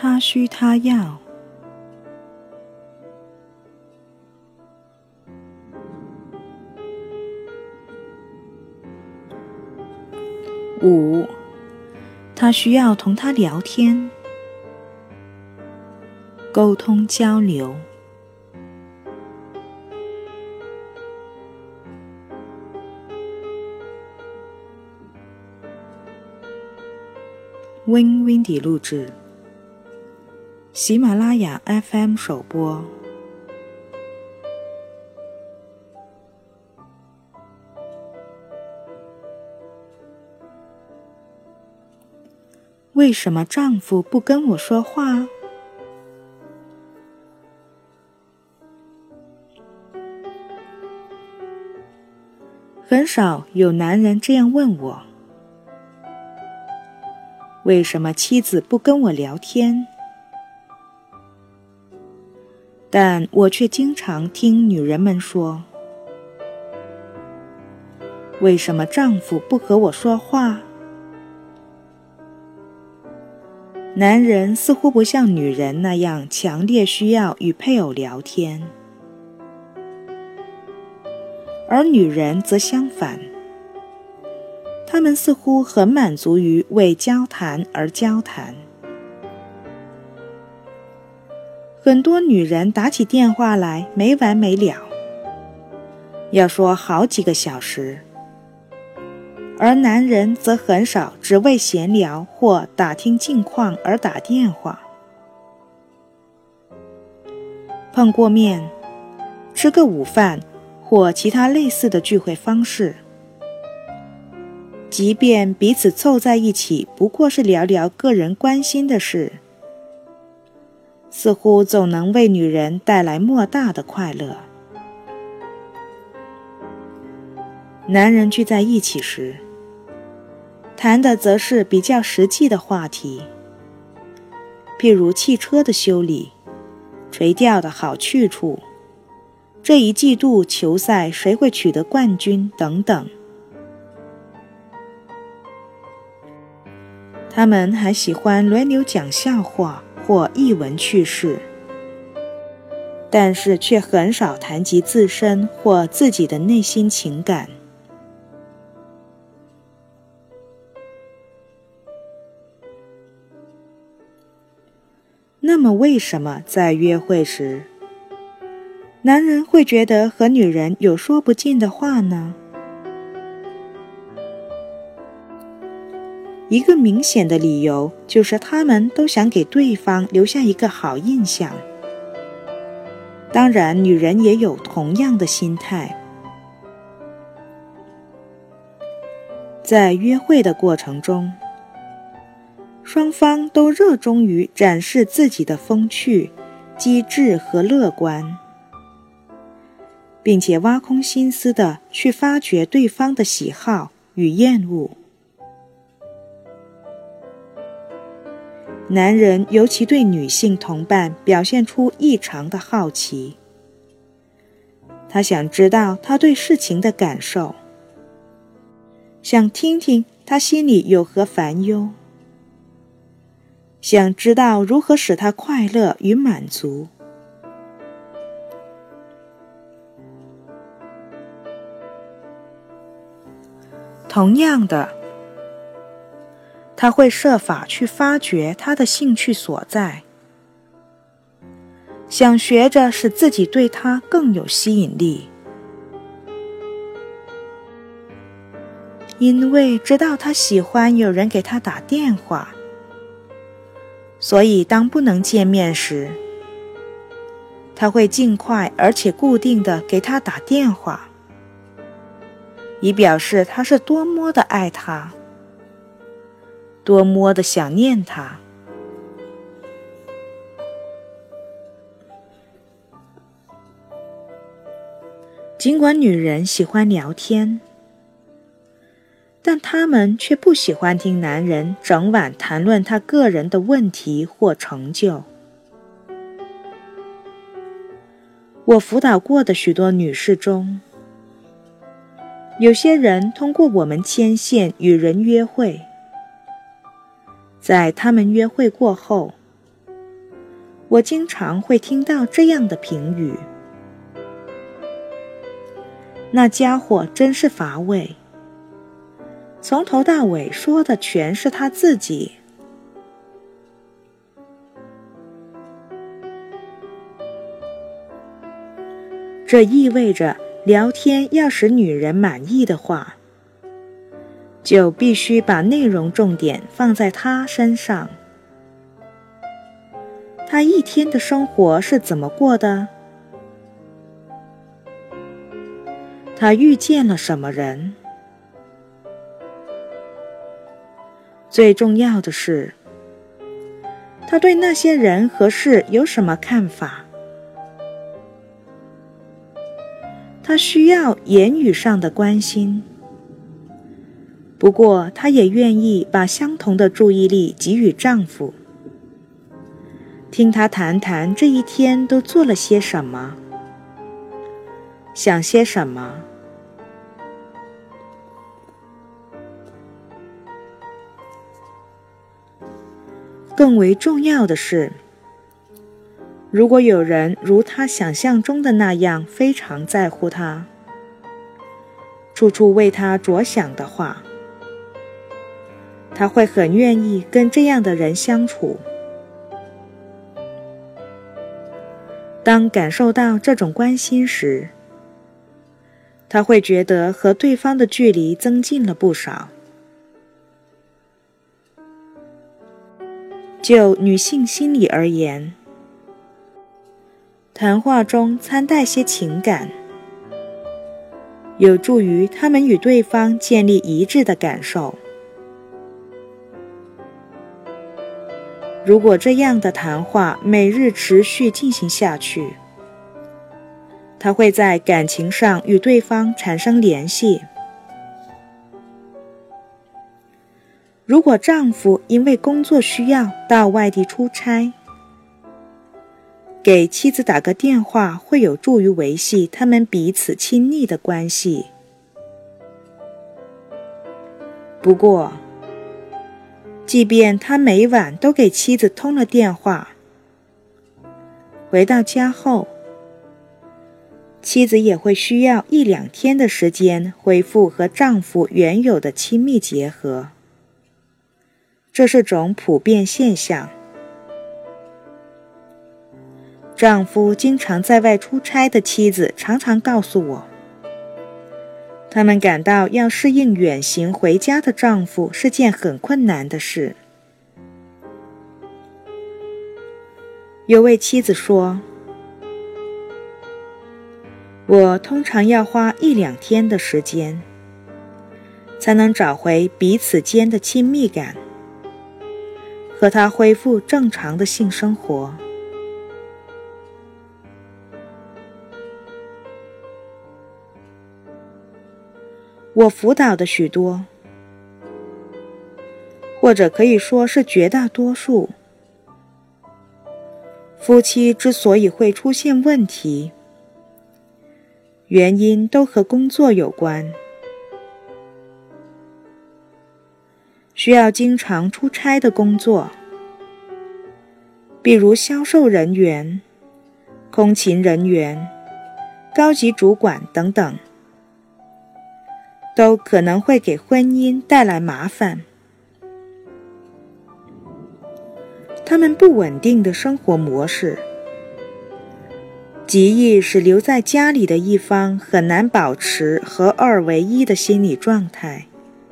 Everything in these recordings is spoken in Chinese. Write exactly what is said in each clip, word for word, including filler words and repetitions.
他需他要。五，他需要同他聊天，沟通交流。Win Windy 录制，喜马拉雅 F M 首播。为什么丈夫不跟我说话？很少有男人这样问我。为什么妻子不跟我聊天？但我却经常听女人们说，为什么丈夫不和我说话？男人似乎不像女人那样强烈需要与配偶聊天，而女人则相反，她们似乎很满足于为交谈而交谈。很多女人打起电话来没完没了，要说好几个小时，而男人则很少只为闲聊或打听近况而打电话。碰过面，吃个午饭或其他类似的聚会方式，即便彼此凑在一起不过是聊聊个人关心的事，似乎总能为女人带来莫大的快乐。男人聚在一起时，谈的则是比较实际的话题，譬如汽车的修理、垂钓的好去处、这一季度球赛谁会取得冠军等等。他们还喜欢轮流讲笑话或艺文趣事，但是却很少谈及自身或自己的内心情感。那么为什么在约会时，男人会觉得和女人有说不尽的话呢？一个明显的理由就是他们都想给对方留下一个好印象。当然，女人也有同样的心态。在约会的过程中，双方都热衷于展示自己的风趣、机智和乐观，并且挖空心思地去发掘对方的喜好与厌恶。男人尤其对女性同伴表现出异常的好奇，他想知道她对事情的感受，想听听她心里有何烦忧，想知道如何使她快乐与满足。同样的，他会设法去发掘他的兴趣所在，想学着使自己对他更有吸引力。因为知道他喜欢有人给他打电话，所以当不能见面时，他会尽快而且固定地给他打电话，以表示他是多么的爱他，多么的想念他。尽管女人喜欢聊天，但她们却不喜欢听男人整晚谈论他个人的问题或成就。我辅导过的许多女士中，有些人通过我们牵线与人约会，在他们约会过后， 我经常会听到这样的评语：那家伙真是乏味，从头到尾说的全是他自己。这意味着聊天要使女人满意的话，就必须把内容重点放在他身上。他一天的生活是怎么过的？他遇见了什么人？最重要的是，他对那些人和事有什么看法？他需要言语上的关心，不过她也愿意把相同的注意力给予丈夫，听他谈谈这一天都做了些什么，想些什么。更为重要的是，如果有人如他想象中的那样非常在乎他，处处为他着想的话，他会很愿意跟这样的人相处。当感受到这种关心时，他会觉得和对方的距离增进了不少。就女性心理而言，谈话中掺带些情感，有助于他们与对方建立一致的感受。如果这样的谈话每日持续进行下去，他会在感情上与对方产生联系。如果丈夫因为工作需要到外地出差，给妻子打个电话会有助于维系他们彼此亲密的关系。不过，即便他每晚都给妻子通了电话，回到家后，妻子也会需要一两天的时间恢复和丈夫原有的亲密结合。这是种普遍现象。丈夫经常在外出差的妻子常常告诉我，他们感到要适应远行回家的丈夫是件很困难的事。有位妻子说，我通常要花一两天的时间，才能找回彼此间的亲密感，和他恢复正常的性生活。我辅导的许多，或者可以说是绝大多数，夫妻之所以会出现问题，原因都和工作有关。需要经常出差的工作，比如销售人员、空勤人员、高级主管等等，都可能会给婚姻带来麻烦。他们不稳定的生活模式，极易使留在家里的一方很难保持合二为一的心理状态。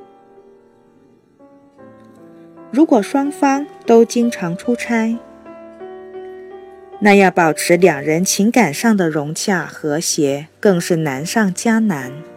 如果双方都经常出差，那要保持两人情感上的融洽和谐，更是难上加难。